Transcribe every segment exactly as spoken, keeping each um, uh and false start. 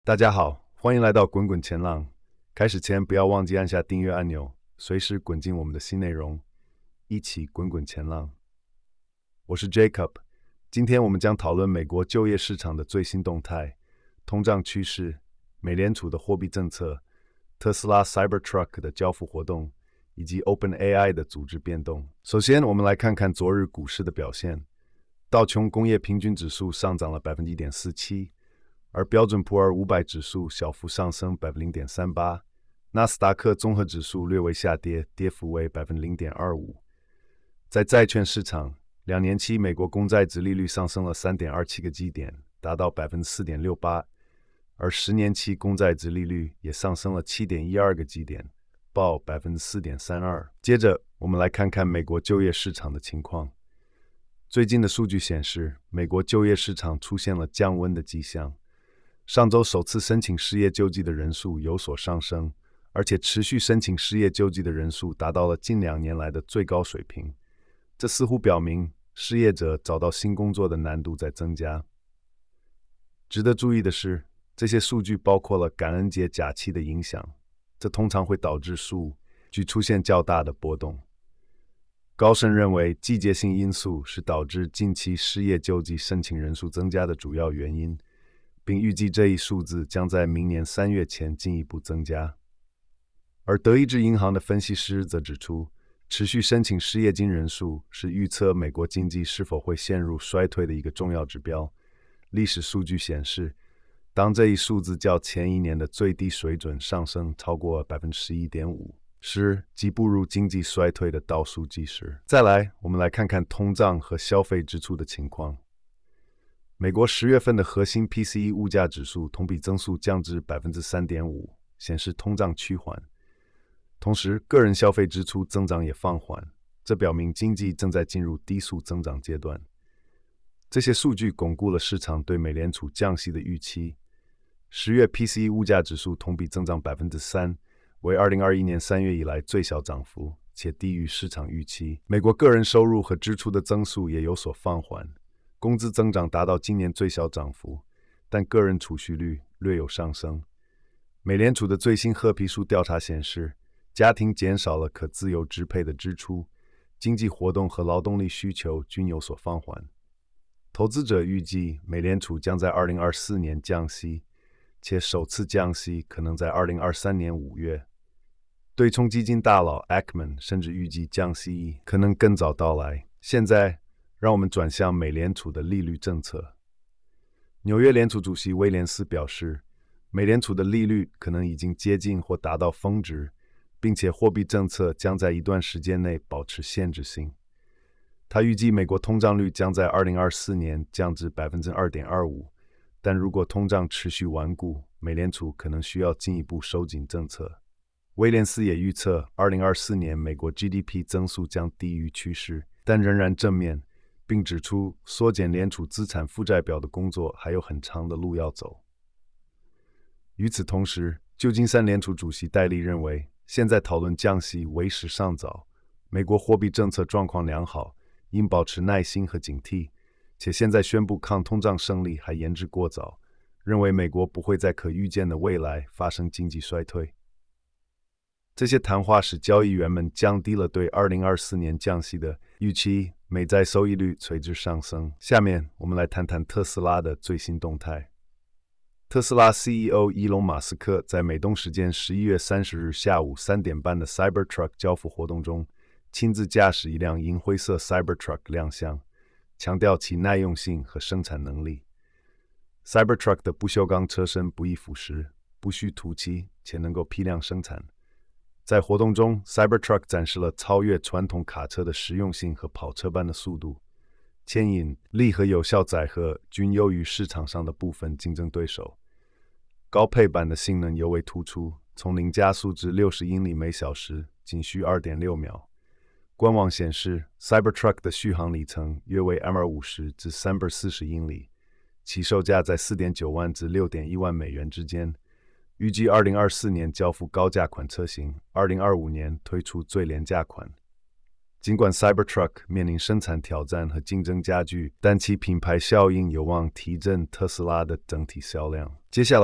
大家好，欢迎来到滚滚前浪。开始前不要忘记按下订阅按钮，随时滚进我们的新内容，一起滚滚前浪。我是 Jacob， 今天我们将讨论美国就业市场的最新动态、通胀趋势、美联储的货币政策、特斯拉 Cybertruck 的交付活动，以及 OpenAI 的组织变动。首先，我们来看看昨日股市的表现。道琼工业平均指数上涨了 百分之一点四七。而标准普尔五百指数小幅上升 百分之零点三八， 纳斯达克综合指数略微下跌，跌幅为 百分之零点二五。在债券市场，两年期美国公债殖利率上升了 三点二七个基点，达到 百分之四点六八， 而十年期公债殖利率也上升了 七点一二个基点，报 百分之四点三二。接着，我们来看看美国就业市场的情况。最近的数据显示，美国就业市场出现了降温的迹象。上周首次申请失业救济的人数有所上升，而且持续申请失业救济的人数达到了近两年来的最高水平。这似乎表明失业者找到新工作的难度在增加。值得注意的是，这些数据包括了感恩节假期的影响，这通常会导致数据出现较大的波动。高盛认为，季节性因素是导致近期失业救济申请人数增加的主要原因，并预计这一数字将在明年三月前进一步增加。而德意志银行的分析师则指出，持续申请失业金人数是预测美国经济是否会陷入衰退的一个重要指标。历史数据显示，当这一数字较前一年的最低水准上升超过 百分之十一点五 时，即步入经济衰退的倒数计时。再来，我们来看看通胀和消费支出的情况。美国十月份的核心 P C E 物价指数同比增速降至 百分之三点五， 显示通胀趋缓。同时，个人消费支出增长也放缓，这表明经济正在进入低速增长阶段。这些数据巩固了市场对美联储降息的预期。十月 P C E 物价指数同比增长 百分之三， 为二零二一年三月以来最小涨幅，且低于市场预期。美国个人收入和支出的增速也有所放缓。工资增长达到今年最小涨幅，但个人储蓄率略有上升。美联储的最新褐皮书调查显示，家庭减少了可自由支配的支出，经济活动和劳动力需求均有所放缓。投资者预计美联储将在二零二四年降息，且首次降息可能在二零二三年五月。对冲基金大佬 Ackman 甚至预计降息可能更早到来。现在，让我们转向美联储的利率政策。纽约联储主席威廉斯表示，美联储的利率可能已经接近或达到峰值，并且货币政策将在一段时间内保持限制性。他预计美国通胀率将在二零二四年降至 百分之二点二五， 但如果通胀持续顽固，美联储可能需要进一步收紧政策。威廉斯也预测，二零二四年美国 G D P 增速将低于趋势，但仍然正面，并指出缩减联储资产负债表的工作还有很长的路要走。与此同时，旧金山联储主席戴利认为，现在讨论降息为时尚早，美国货币政策状况良好，应保持耐心和警惕，且现在宣布抗通胀胜利还言之过早，认为美国不会在可预见的未来发生经济衰退。这些谈话使交易员们降低了对二零二四年降息的预期，美债收益率随之上升。下面我们来谈谈特斯拉的最新动态。特斯拉 C E O 伊隆马斯克在美东时间十一月三十日下午三点半的 Cybertruck 交付活动中，亲自驾驶一辆银灰色 Cybertruck 亮相，强调其耐用性和生产能力。Cybertruck 的不锈钢车身不易腐蚀，不需涂漆，且能够批量生产。在活动中 ，Cybertruck 展示了超越传统卡车的实用性和跑车般的速度，牵引力和有效载荷均优于市场上的部分竞争对手。高配版的性能尤为突出，从零加速至六十英里每小时仅需 二点六秒。官网显示 ，Cybertruck 的续航里程约为两百五十至三百四十英里，其售价在 四点九万至六点一万美元之间。预计二零二四年交付高价款车型，二零二五年推出最廉价款。尽管 Cybertruck 面临生产挑战和竞争加剧，但其品牌效应有望提振特斯拉的整体销量。接下来，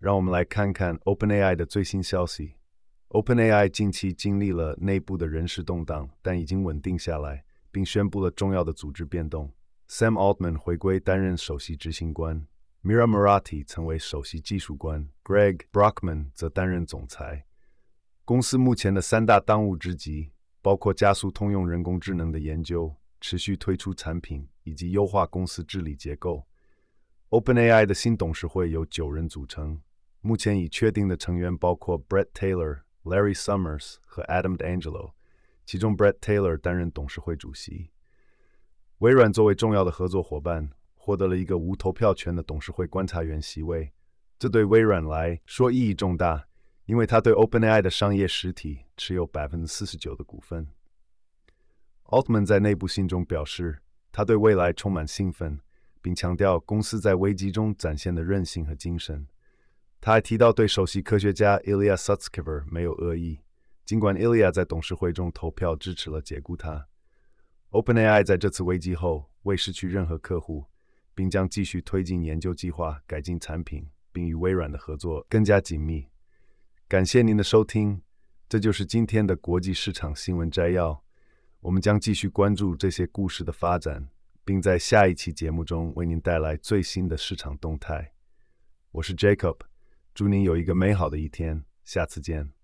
让我们来看看 OpenAI 的最新消息。OpenAI 近期经历了内部的人事动荡，但已经稳定下来，并宣布了重要的组织变动。Sam Altman 回归担任首席执行官 ，Mira Murati 成为首席技术官 ，Greg Brockman 则担任总裁。公司目前的三大当务之急，包括加速通用人工智能的研究、持续推出产品以及优化公司治理结构。OpenAI 的新董事会由九人组成，目前已确定的成员包括 Brett Taylor、Larry Summers 和 Adam D'Angelo， 其中 Brett Taylor 担任董事会主席。微软作为重要的合作伙伴，获得了一个无投票权的董事会观察员席位，这对微软来说意义重大，因为它对 OpenAI 的商业实体持有 百分之四十九 的股份。Altman 在内部信中表示，他对未来充满兴奋，并强调公司在危机中展现的韧性和精神。他还提到对首席科学家 Ilya Sutskever 没有恶意，尽管 Ilya 在董事会中投票支持了解雇他。OpenAI 在这次危机后未失去任何客户，并将继续推进研究计划、改进产品，并与微软的合作更加紧密。感谢您的收听，这就是今天的国际市场新闻摘要。我们将继续关注这些故事的发展，并在下一期节目中为您带来最新的市场动态。我是 Jacob， 祝您有一个美好的一天，下次见。